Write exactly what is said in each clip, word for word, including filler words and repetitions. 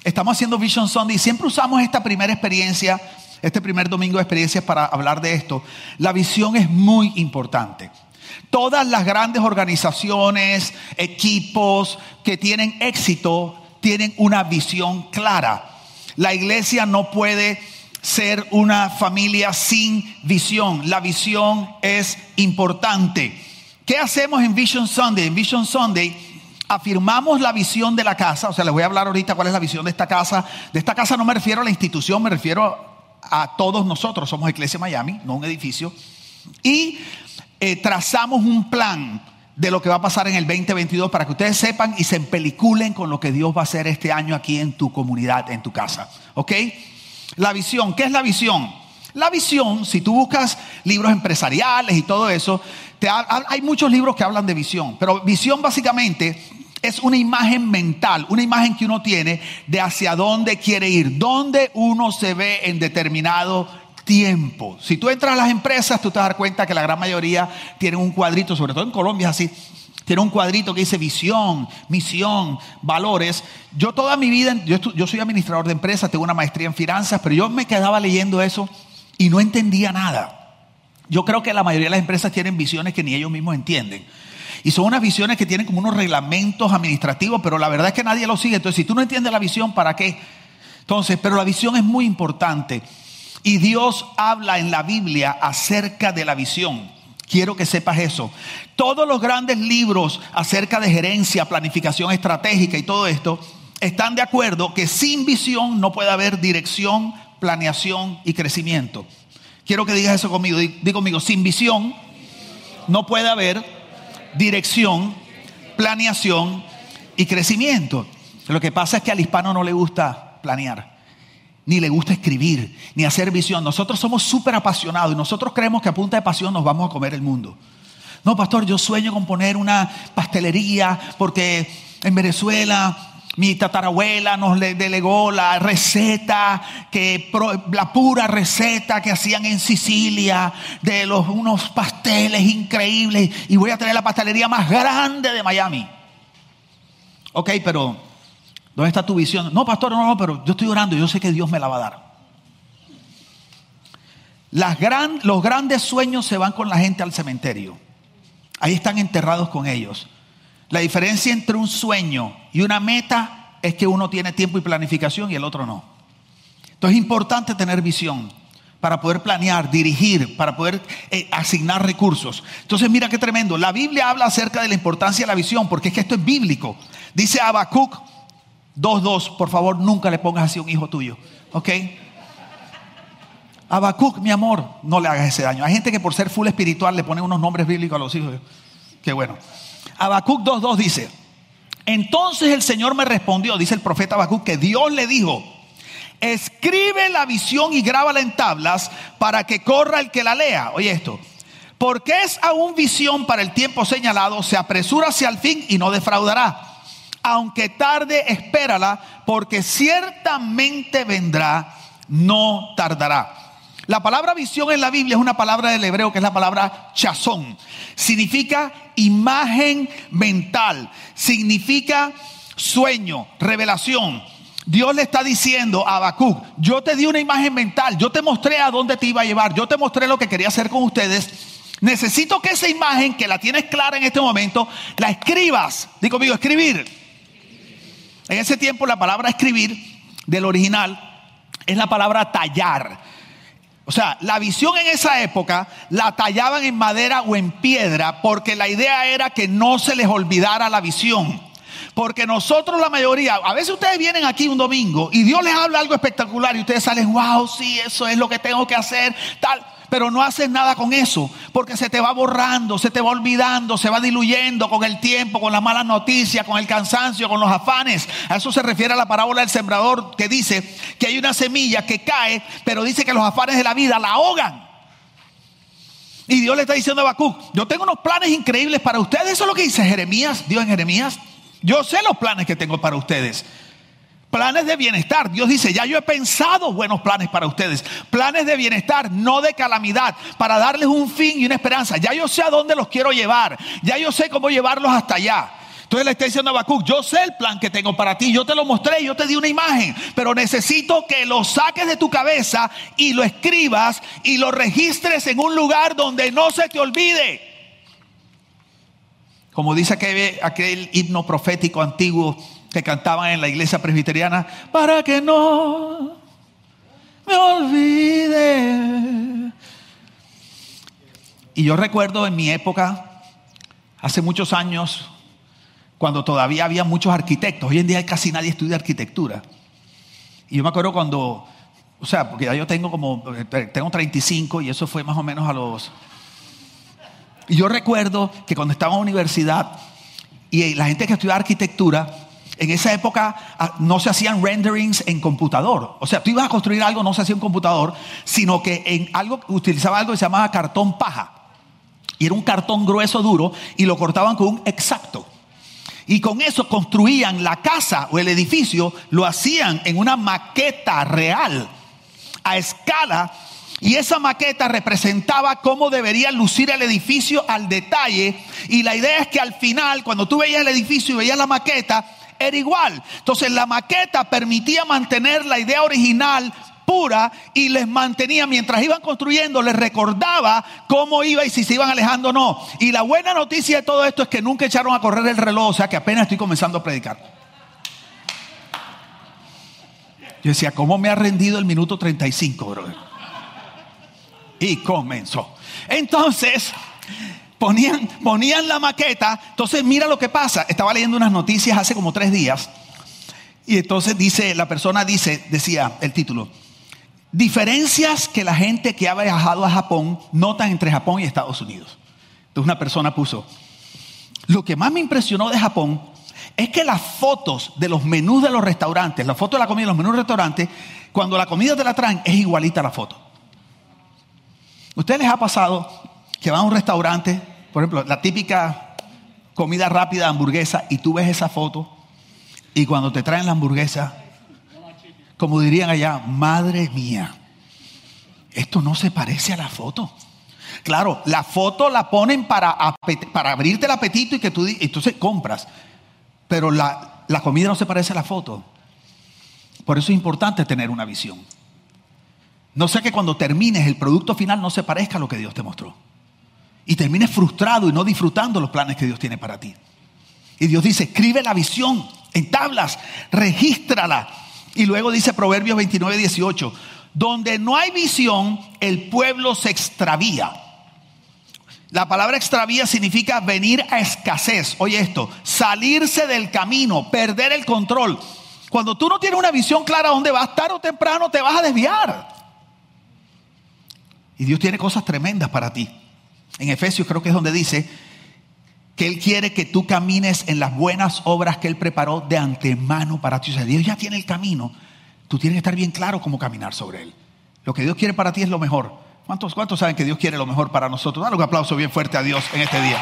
Estamos haciendo Vision Sunday y siempre usamos esta primera experiencia, este primer domingo de experiencias para hablar de esto. La visión es muy importante. Todas las grandes organizaciones, equipos que tienen éxito, tienen una visión clara. La iglesia no puede ser una familia sin visión. La visión es importante. ¿Qué hacemos en Vision Sunday? En Vision Sunday afirmamos la visión de la casa. O sea, les voy a hablar ahorita cuál es la visión de esta casa. De esta casa no me refiero a la institución, me refiero a todos nosotros. Somos Iglesia Miami, no un edificio. Y eh, trazamos un plan de lo que va a pasar en el veinte veintidós para que ustedes sepan y se empeliculen con lo que Dios va a hacer este año aquí en tu comunidad, en tu casa. ¿Ok? La visión. ¿Qué es la visión? La visión, si tú buscas libros empresariales y todo eso, te ha, hay muchos libros que hablan de visión, pero visión básicamente es una imagen mental, una imagen que uno tiene de hacia dónde quiere ir, dónde uno se ve en determinado tiempo. Si tú entras a las empresas, tú te vas a dar cuenta que la gran mayoría tienen un cuadrito, sobre todo en Colombia es así. Tiene un cuadrito que dice visión, misión, valores. Yo toda mi vida, yo, yo soy administrador de empresas, tengo una maestría en finanzas, pero yo me quedaba leyendo eso y no entendía nada. Yo creo que la mayoría de las empresas tienen visiones que ni ellos mismos entienden. Y son unas visiones que tienen como unos reglamentos administrativos, pero la verdad es que nadie los sigue. Entonces, si tú no entiendes la visión, ¿para qué? Entonces, pero la visión es muy importante. Y Dios habla en la Biblia acerca de la visión. Quiero que sepas eso. Todos los grandes libros acerca de gerencia, planificación estratégica y todo esto están de acuerdo que sin visión no puede haber dirección, planeación y crecimiento. Quiero que digas eso conmigo. Diga conmigo, sin visión no puede haber dirección, planeación y crecimiento. Lo que pasa es que al hispano no le gusta planear, ni le gusta escribir, ni hacer visión. Nosotros somos súper apasionados y nosotros creemos que a punta de pasión nos vamos a comer el mundo. No, pastor, yo sueño con poner una pastelería porque en Venezuela mi tatarabuela nos le delegó la receta, que, la pura receta que hacían en Sicilia de los, unos pasteles increíbles y voy a tener la pastelería más grande de Miami. Ok, pero ¿dónde está tu visión? No, pastor, no, no, pero yo estoy orando y yo sé que Dios me la va a dar. Las gran, los grandes sueños se van con la gente al cementerio. Ahí están enterrados con ellos. La diferencia entre un sueño y una meta es que uno tiene tiempo y planificación y el otro no. Entonces es importante tener visión para poder planear, dirigir, para poder eh, asignar recursos. Entonces mira qué tremendo. La Biblia habla acerca de la importancia de la visión porque es que esto es bíblico. Dice Habacuc dos dos, por favor, nunca le pongas así a un hijo tuyo, ¿ok? Habacuc, mi amor, no le hagas ese daño. Hay gente que por ser full espiritual le pone unos nombres bíblicos a los hijos. Qué bueno. Habacuc dos dos dice: entonces el Señor me respondió, dice el profeta Habacuc, que Dios le dijo: escribe la visión y grábala en tablas para que corra el que la lea. Oye esto. Porque es aún visión para el tiempo señalado, se apresura hacia el fin y no defraudará. Aunque tarde, espérala, porque ciertamente vendrá, no tardará. La palabra visión en la Biblia es una palabra del hebreo que es la palabra chazón. Significa imagen mental, significa sueño, revelación. Dios le está diciendo a Habacuc: yo te di una imagen mental, yo te mostré a dónde te iba a llevar, yo te mostré lo que quería hacer con ustedes. Necesito que esa imagen, que la tienes clara en este momento, la escribas. Digo conmigo, escribir. En ese tiempo la palabra escribir del original es la palabra tallar. O sea, la visión en esa época la tallaban en madera o en piedra porque la idea era que no se les olvidara la visión. Porque nosotros la mayoría, a veces ustedes vienen aquí un domingo y Dios les habla algo espectacular y ustedes salen, wow, sí, eso es lo que tengo que hacer, tal. Pero no haces nada con eso porque se te va borrando, se te va olvidando, se va diluyendo con el tiempo, con las malas noticias, con el cansancio, con los afanes. A eso se refiere a la parábola del sembrador, que dice que hay una semilla que cae, pero dice que los afanes de la vida la ahogan. Y Dios le está diciendo a Habacuc: yo tengo unos planes increíbles para ustedes. Eso es lo que dice Jeremías, Dios en Jeremías. Yo sé los planes que tengo para ustedes. Planes de bienestar. Dios dice: ya yo he pensado buenos planes para ustedes. Planes de bienestar, no de calamidad, para darles un fin y una esperanza. Ya yo sé a dónde los quiero llevar. Ya yo sé cómo llevarlos hasta allá. Entonces le está diciendo a Habacuc, yo sé el plan que tengo para ti, yo te lo mostré, yo te di una imagen, pero necesito que lo saques de tu cabeza y lo escribas y lo registres en un lugar donde no se te olvide. Como dice aquel, aquel himno profético antiguo que cantaban en la iglesia presbiteriana, para que no me olvide. Y yo recuerdo en mi época, hace muchos años, cuando todavía había muchos arquitectos. Hoy en día casi nadie estudia arquitectura. Y yo me acuerdo cuando, o sea, porque ya yo tengo como, tengo treinta y cinco y eso fue más o menos a los... Y yo recuerdo que cuando estaba en la universidad y la gente que estudiaba arquitectura, en esa época no se hacían renderings en computador. O sea, tú ibas a construir algo, no se hacía en computador, sino que en algo, utilizaba algo que se llamaba cartón paja. Y era un cartón grueso, duro, y lo cortaban con un X-Acto. Y con eso construían la casa o el edificio, lo hacían en una maqueta real, a escala. Y esa maqueta representaba cómo debería lucir el edificio al detalle. Y la idea es que al final, cuando tú veías el edificio y veías la maqueta, era igual. Entonces la maqueta permitía mantener la idea original pura y les mantenía, mientras iban construyendo, les recordaba cómo iba y si se iban alejando o no. Y la buena noticia de todo esto es que nunca echaron a correr el reloj, o sea que apenas estoy comenzando a predicar. Yo decía, ¿cómo me ha rendido el minuto treinta y cinco, brother? Y comenzó. Entonces ponían, ponían la maqueta. Entonces mira lo que pasa. Estaba leyendo unas noticias hace como tres días y entonces dice, la persona dice, decía el título: diferencias que la gente que ha viajado a Japón notan entre Japón y Estados Unidos. Entonces una persona puso: lo que más me impresionó de Japón es que las fotos de los menús de los restaurantes, la foto de la comida de los menús de los restaurantes, cuando la comida te la traen, es igualita a la foto. ¿Ustedes les ha pasado que van a un restaurante, por ejemplo, la típica comida rápida, hamburguesa, y tú ves esa foto y cuando te traen la hamburguesa, como dirían allá, madre mía, esto no se parece a la foto? Claro, la foto la ponen para, para abrirte el apetito y que tú entonces compras, pero la, la comida no se parece a la foto. Por eso es importante tener una visión. No sea que cuando termines el producto final no se parezca a lo que Dios te mostró y termines frustrado y no disfrutando los planes que Dios tiene para ti. Y Dios dice: escribe la visión en tablas, regístrala. Y luego dice Proverbios veintinueve, dieciocho: donde no hay visión, el pueblo se extravía. La palabra extravía significa venir a escasez. Oye esto: salirse del camino, perder el control. Cuando tú no tienes una visión clara dónde vas, tarde o temprano te vas a desviar. Y Dios tiene cosas tremendas para ti. En Efesios creo que es donde dice que Él quiere que tú camines en las buenas obras que Él preparó de antemano para ti. O sea, Dios ya tiene el camino. Tú tienes que estar bien claro cómo caminar sobre Él. Lo que Dios quiere para ti es lo mejor. ¿Cuántos, cuántos saben que Dios quiere lo mejor para nosotros? Dale un aplauso bien fuerte a Dios en este día.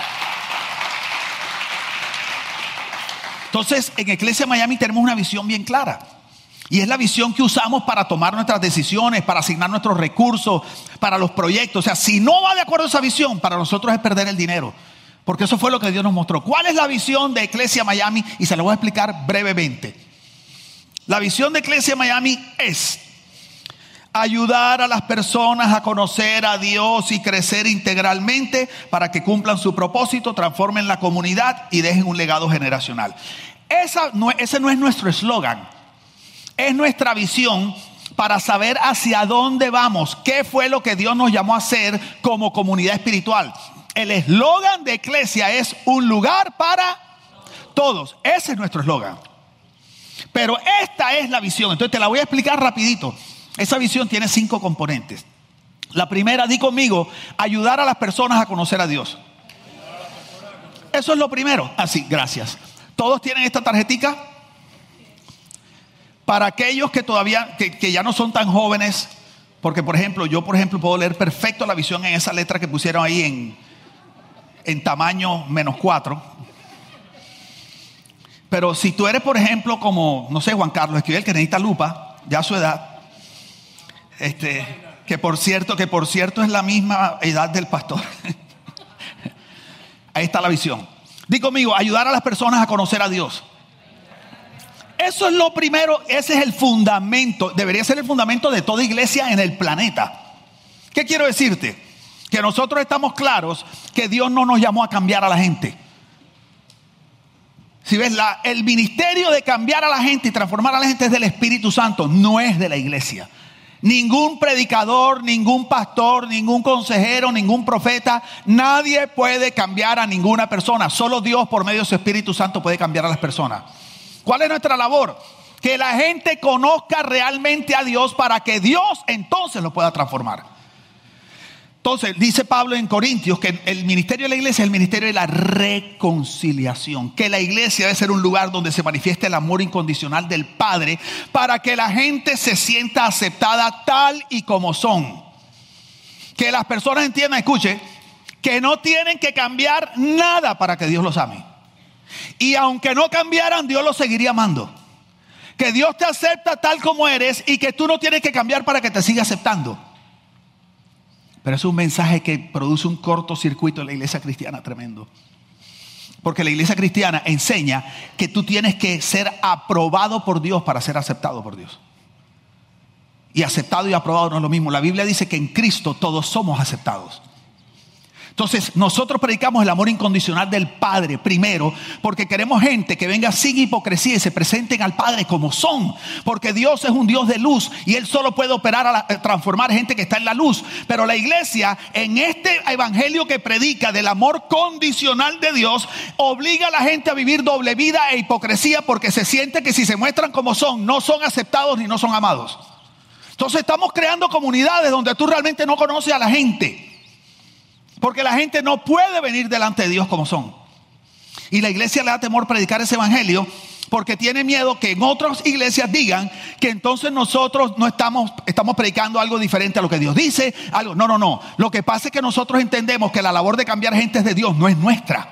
Entonces, en Iglesia Miami tenemos una visión bien clara. Y es la visión que usamos para tomar nuestras decisiones, para asignar nuestros recursos, para los proyectos. O sea, si no va de acuerdo a esa visión, para nosotros es perder el dinero. Porque eso fue lo que Dios nos mostró. ¿Cuál es la visión de Iglesia Miami? Y se la voy a explicar brevemente. La visión de Iglesia Miami es ayudar a las personas a conocer a Dios y crecer integralmente para que cumplan su propósito, transformen la comunidad y dejen un legado generacional. Esa no, ese no es nuestro eslogan. Es nuestra visión para saber hacia dónde vamos. ¿Qué fue lo que Dios nos llamó a hacer como comunidad espiritual? El eslogan de Iglesia es un lugar para todos. Ese es nuestro eslogan. Pero esta es la visión. Entonces te la voy a explicar rapidito. Esa visión tiene cinco componentes. La primera, di conmigo: ayudar a las personas a conocer a Dios. Eso es lo primero. Así, gracias. ¿Todos tienen esta tarjetica? Para aquellos que todavía, que, que ya no son tan jóvenes, porque por ejemplo, yo por ejemplo puedo leer perfecto la visión en esa letra que pusieron ahí en, en tamaño menos cuatro. Pero si tú eres por ejemplo como, no sé, Juan Carlos Esquivel, que necesita lupa, ya a su edad, este, que por cierto, que por cierto es la misma edad del pastor. Ahí está la visión. Di conmigo, ayudar a las personas a conocer a Dios. Eso es lo primero, ese es el fundamento, debería ser el fundamento de toda iglesia en el planeta. ¿Qué quiero decirte? Que nosotros estamos claros que Dios no nos llamó a cambiar a la gente. Si ves, la, el ministerio de cambiar a la gente y transformar a la gente es del Espíritu Santo, no es de la iglesia. Ningún predicador, ningún pastor, ningún consejero, ningún profeta, nadie puede cambiar a ninguna persona. Solo Dios por medio de su Espíritu Santo puede cambiar a las personas. ¿Cuál es nuestra labor? Que la gente conozca realmente a Dios para que Dios entonces lo pueda transformar. Entonces, dice Pablo en Corintios que el ministerio de la iglesia es el ministerio de la reconciliación. Que la iglesia debe ser un lugar donde se manifieste el amor incondicional del Padre para que la gente se sienta aceptada tal y como son. Que las personas entiendan, escuche, que no tienen que cambiar nada para que Dios los ame. Y aunque no cambiaran, Dios los seguiría amando. Que Dios te acepta tal como eres y que tú no tienes que cambiar para que te siga aceptando. Pero es un mensaje que produce un cortocircuito en la iglesia cristiana tremendo. Porque la iglesia cristiana enseña que tú tienes que ser aprobado por Dios para ser aceptado por Dios. Y aceptado y aprobado no es lo mismo. La Biblia dice que en Cristo todos somos aceptados. Entonces nosotros predicamos el amor incondicional del Padre primero, porque queremos gente que venga sin hipocresía y se presenten al Padre como son, porque Dios es un Dios de luz y Él solo puede operar a la, a transformar gente que está en la luz. Pero la iglesia, en este evangelio que predica del amor condicional de Dios, obliga a la gente a vivir doble vida e hipocresía, porque se siente que si se muestran como son, no son aceptados ni no son amados. Entonces estamos creando comunidades donde tú realmente no conoces a la gente, porque la gente no puede venir delante de Dios como son. Y la iglesia le da temor predicar ese evangelio porque tiene miedo que en otras iglesias digan que entonces nosotros no estamos, estamos predicando algo diferente a lo que Dios dice. Algo. No, no, no. Lo que pasa es que nosotros entendemos que la labor de cambiar gente es de Dios, no es nuestra.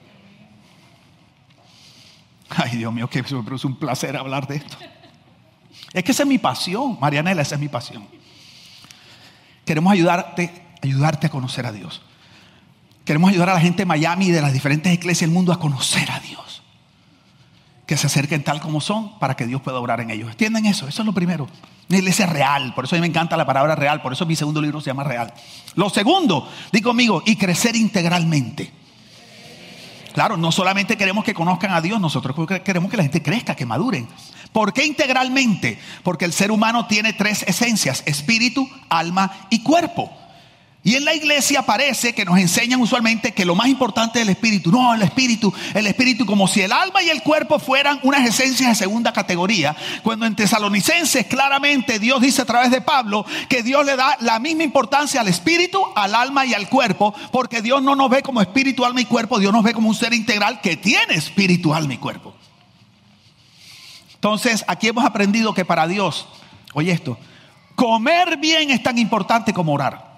Ay, Dios mío, que pero es un placer hablar de esto. Es que esa es mi pasión, Marianela, esa es mi pasión. Queremos ayudarte, ayudarte a conocer a Dios. Queremos ayudar a la gente de Miami y de las diferentes iglesias del mundo a conocer a Dios. Que se acerquen tal como son para que Dios pueda obrar en ellos. ¿Entienden eso? Eso es lo primero. Una iglesia real. Por eso a mí me encanta la palabra real. Por eso mi segundo libro se llama Real. Lo segundo, di conmigo, y crecer integralmente. Claro, no solamente queremos que conozcan a Dios, nosotros queremos que la gente crezca, que maduren. ¿Por qué integralmente? Porque el ser humano tiene tres esencias: espíritu, alma y cuerpo. Y en la iglesia parece que nos enseñan usualmente que lo más importante es el espíritu. No, el espíritu, el espíritu, como si el alma y el cuerpo fueran unas esencias de segunda categoría. Cuando en Tesalonicenses claramente Dios dice a través de Pablo que Dios le da la misma importancia al espíritu, al alma y al cuerpo, porque Dios no nos ve como espíritu, alma y cuerpo. Dios nos ve como un ser integral que tiene espíritu, alma y cuerpo. Entonces aquí hemos aprendido que para Dios, oye esto, comer bien es tan importante como orar.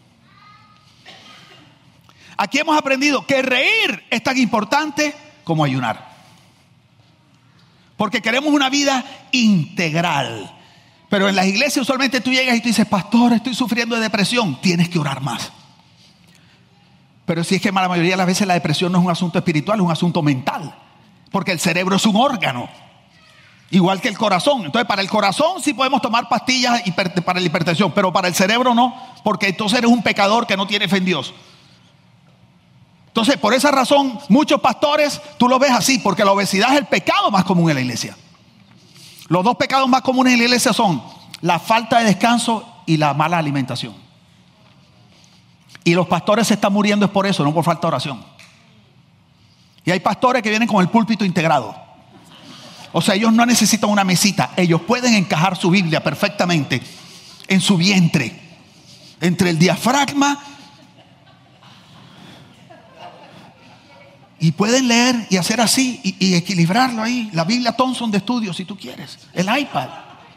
Aquí hemos aprendido que reír es tan importante como ayunar. Porque queremos una vida integral. Pero en las iglesias usualmente tú llegas y tú dices: pastor, estoy sufriendo de depresión. Tienes que orar más. Pero si es que la mayoría de las veces la depresión no es un asunto espiritual, es un asunto mental. Porque el cerebro es un órgano, igual que el corazón. Entonces para el corazón sí podemos tomar pastillas para la hipertensión, pero para el cerebro no, porque entonces eres un pecador que no tiene fe en Dios. Entonces, por esa razón, muchos pastores, tú lo ves así, porque la obesidad es el pecado más común en la iglesia. Los dos pecados más comunes en la iglesia son la falta de descanso y la mala alimentación. Y los pastores se están muriendo es por eso, no por falta de oración. Y hay pastores que vienen con el púlpito integrado. O sea, ellos no necesitan una mesita. Ellos pueden encajar su Biblia perfectamente en su vientre, entre el diafragma. Y pueden leer y hacer así y, y equilibrarlo ahí. La Biblia Thompson de estudio, si tú quieres. El iPad.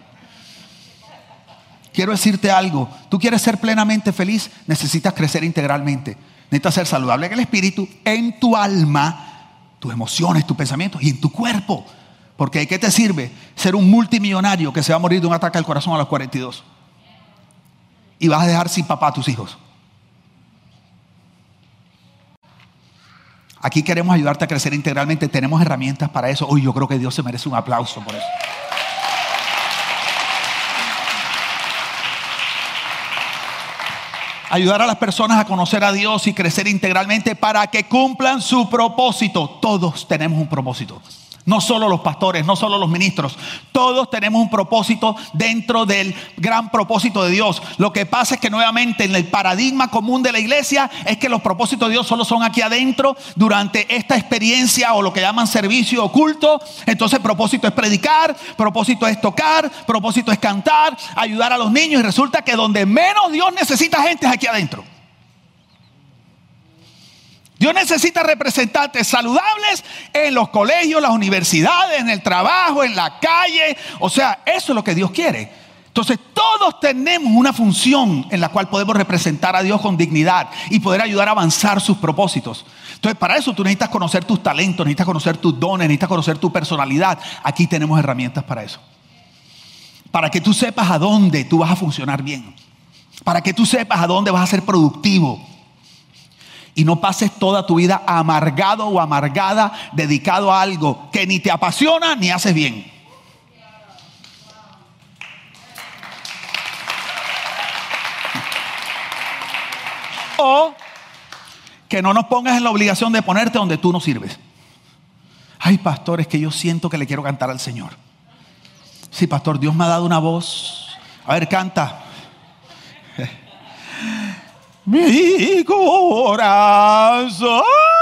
Quiero decirte algo. Tú quieres ser plenamente feliz, necesitas crecer integralmente. Necesitas ser saludable en el espíritu, en tu alma, tus emociones, tus pensamientos y en tu cuerpo. Porque ¿de qué te sirve ser un multimillonario que se va a morir de un ataque al corazón a los cuarenta y dos? Y vas a dejar sin papá a tus hijos. Aquí queremos ayudarte a crecer integralmente. Tenemos herramientas para eso. Uy, yo creo que Dios se merece un aplauso por eso. Ayudar a las personas a conocer a Dios y crecer integralmente para que cumplan su propósito. Todos tenemos un propósito. No solo los pastores, no solo los ministros. Todos tenemos un propósito dentro del gran propósito de Dios. Lo que pasa es que nuevamente en el paradigma común de la iglesia es que los propósitos de Dios solo son aquí adentro durante esta experiencia o lo que llaman servicio oculto. Entonces propósito es predicar, propósito es tocar, propósito es cantar, ayudar a los niños. Y resulta que donde menos Dios necesita gente es aquí adentro. Dios necesita representantes saludables en los colegios, las universidades, en el trabajo, en la calle. O sea, eso es lo que Dios quiere. Entonces todos tenemos una función en la cual podemos representar a Dios con dignidad y poder ayudar a avanzar sus propósitos. Entonces para eso tú necesitas conocer tus talentos, necesitas conocer tus dones, necesitas conocer tu personalidad. Aquí tenemos herramientas para eso. Para que tú sepas a dónde tú vas a funcionar bien. Para que tú sepas a dónde vas a ser productivo. Y no pases toda tu vida amargado o amargada, dedicado a algo que ni te apasiona ni haces bien. O que no nos pongas en la obligación de ponerte donde tú no sirves. Ay, pastor, es que yo siento que le quiero cantar al Señor. Sí, pastor, Dios me ha dado una voz. A ver, canta. Mi corazón.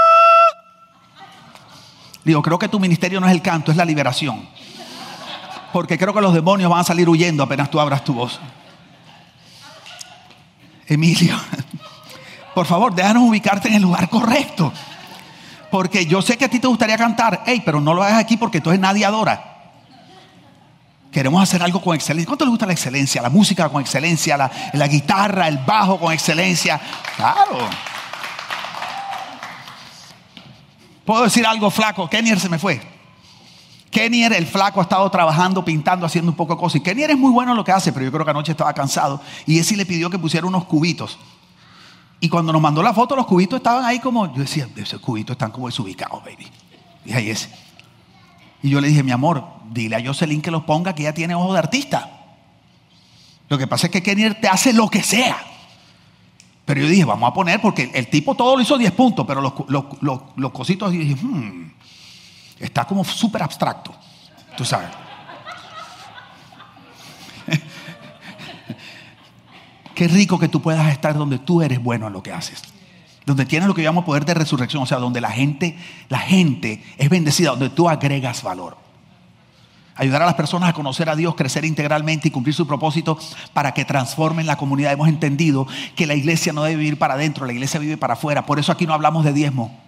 Digo, creo que tu ministerio no es el canto, es la liberación. Porque creo que los demonios van a salir huyendo apenas tú abras tu voz. Emilio, por favor, déjanos ubicarte en el lugar correcto. Porque yo sé que a ti te gustaría cantar. Ey, pero no lo hagas aquí porque entonces nadie adora. Queremos hacer algo con excelencia. ¿Cuánto les gusta la excelencia? La música con excelencia, la, la guitarra, el bajo con excelencia. Claro. ¿Puedo decir algo, flaco? Kenier se me fue. Kenier, el flaco, ha estado trabajando, pintando, haciendo un poco de cosas. Y Kenier es muy bueno en lo que hace, pero yo creo que anoche estaba cansado. Y ese le pidió que pusiera unos cubitos. Y cuando nos mandó la foto, los cubitos estaban ahí como... Yo decía, esos cubitos están como desubicados, baby. Y ahí ese. Y yo le dije, mi amor, dile a Jocelyn que los ponga, que ella tiene ojo de artista. Lo que pasa es que Kenier te hace lo que sea. Pero yo dije, vamos a poner, porque el, el tipo todo lo hizo diez puntos, pero los, los, los, los cositos, y dije, hmm, está como súper abstracto. Tú sabes. Qué rico que tú puedas estar donde tú eres bueno en lo que haces. Donde tienes lo que llamamos poder de resurrección. O sea, donde la gente, la gente es bendecida. Donde tú agregas valor. Ayudar a las personas a conocer a Dios, crecer integralmente y cumplir su propósito para que transformen la comunidad. Hemos entendido que la iglesia no debe vivir para adentro. La iglesia vive para afuera. Por eso aquí no hablamos de diezmo.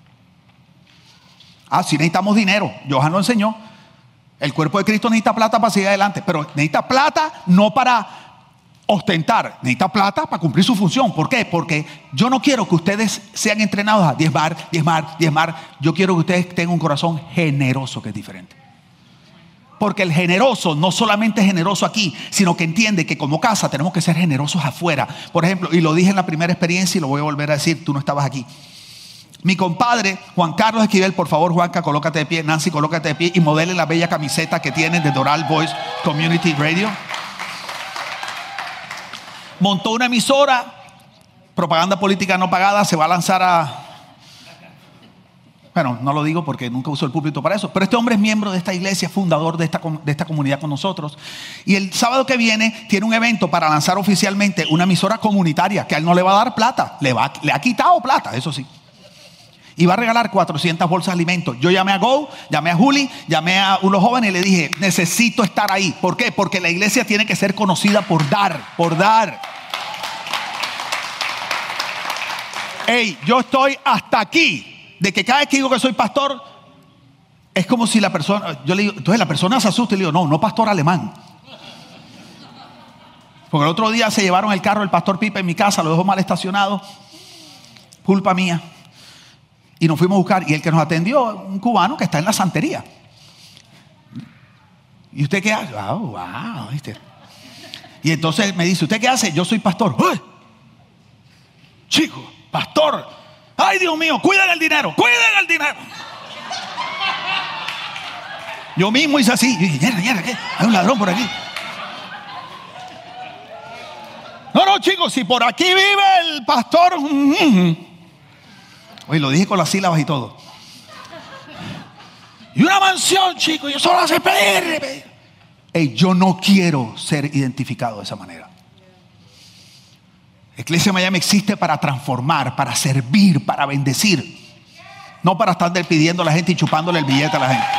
Ah, sí necesitamos dinero. Johan lo enseñó. El cuerpo de Cristo necesita plata para seguir adelante. Pero necesita plata no para... ostentar, necesita plata para cumplir su función. ¿Por qué? Porque yo no quiero que ustedes sean entrenados a diezmar, diezmar, diezmar. Yo quiero que ustedes tengan un corazón generoso, que es diferente. Porque el generoso no solamente es generoso aquí, sino que entiende que como casa tenemos que ser generosos afuera. Por ejemplo, y lo dije en la primera experiencia y lo voy a volver a decir, tú no estabas aquí. Mi compadre Juan Carlos Esquivel, por favor, Juanca, colócate de pie. Nancy, colócate de pie y modele la bella camiseta que tienen de Doral Voice Community Radio. Montó una emisora, propaganda política no pagada, se va a lanzar a... Bueno, no lo digo porque nunca uso el púlpito para eso, pero este hombre es miembro de esta iglesia, fundador de esta, de esta comunidad con nosotros. Y el sábado que viene tiene un evento para lanzar oficialmente una emisora comunitaria que a él no le va a dar plata, le, va, le ha quitado plata, eso sí. Y va a regalar cuatrocientas bolsas de alimentos. Yo llamé a Go, llamé a Juli, llamé a unos jóvenes y le dije, necesito estar ahí. ¿Por qué? Porque la iglesia tiene que ser conocida por dar, por dar. Hey, yo estoy hasta aquí. De que cada vez que digo que soy pastor, es como si la persona, yo le digo, entonces la persona se asusta y le digo, no, no pastor alemán. Porque el otro día se llevaron el carro del pastor Pipe en mi casa, lo dejó mal estacionado, culpa mía. Y nos fuimos a buscar, y el que nos atendió, un cubano que está en la santería. ¿Y usted qué hace? Wow, wow, ¿viste? Y entonces me dice, ¿usted qué hace? Yo soy pastor. ¡Uy! Chico, pastor. Ay, Dios mío, cuiden el dinero, cuiden el dinero. Yo mismo hice así. Dije, ¿qué? Hay un ladrón por aquí. No, no, chicos, si por aquí vive el pastor. Oye, lo dije con las sílabas y todo. Y una mansión, chicos, yo solo hace pedir, pedir. Ey, yo no quiero ser identificado de esa manera. Iglesia Miami existe para transformar, para servir, para bendecir. No para estar pidiendo a la gente y chupándole el billete a la gente.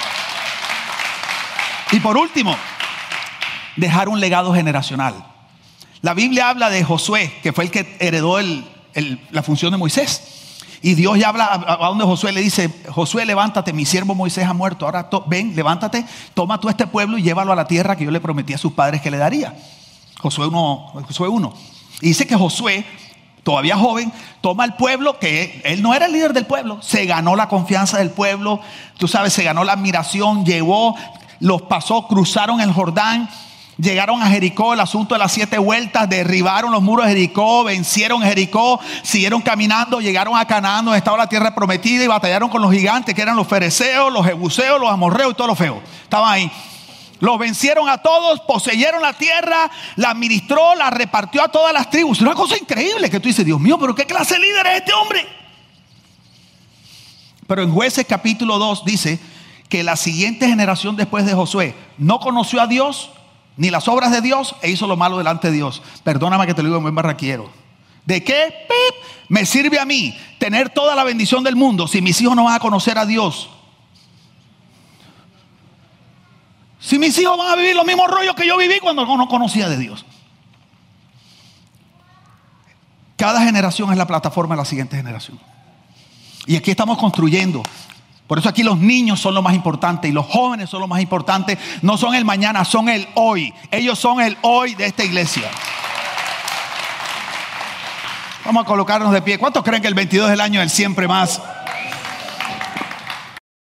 Y por último, dejar un legado generacional. La Biblia habla de Josué, que fue el que heredó el, el, la función de Moisés. Y Dios ya habla a, a donde Josué le dice: Josué, levántate, mi siervo Moisés ha muerto. Ahora to, ven, levántate, toma tú este pueblo y llévalo a la tierra que yo le prometí a sus padres que le daría. Josué uno. Josué uno. Y dice que Josué, todavía joven, toma el pueblo, que él no era el líder del pueblo. Se ganó la confianza del pueblo. Tú sabes, se ganó la admiración, llevó... Los pasó, cruzaron el Jordán, llegaron a Jericó, el asunto de las siete vueltas, derribaron los muros de Jericó, vencieron Jericó, siguieron caminando, llegaron a Canaán, donde estaba la tierra prometida, y batallaron con los gigantes, que eran los fereceos, los jebuseos, los amorreos y todos los feos. Estaban ahí. Los vencieron a todos, poseyeron la tierra, la administró, la repartió a todas las tribus. Una cosa increíble que tú dices: Dios mío, pero ¿qué clase de líder es este hombre? Pero en Jueces capítulo dos dice que la siguiente generación después de Josué no conoció a Dios ni las obras de Dios e hizo lo malo delante de Dios. Perdóname que te lo digo en buen barraquiero. ¿De qué? ¡Pip! Me sirve a mí tener toda la bendición del mundo si mis hijos no van a conocer a Dios. Si mis hijos van a vivir los mismos rollos que yo viví cuando no conocía de Dios. Cada generación es la plataforma de la siguiente generación. Y aquí estamos construyendo. Por eso aquí los niños son lo más importante y los jóvenes son lo más importante. No son el mañana, son el hoy. Ellos son el hoy de esta iglesia. Vamos a colocarnos de pie. ¿Cuántos creen que el veintidós es el año del siempre más?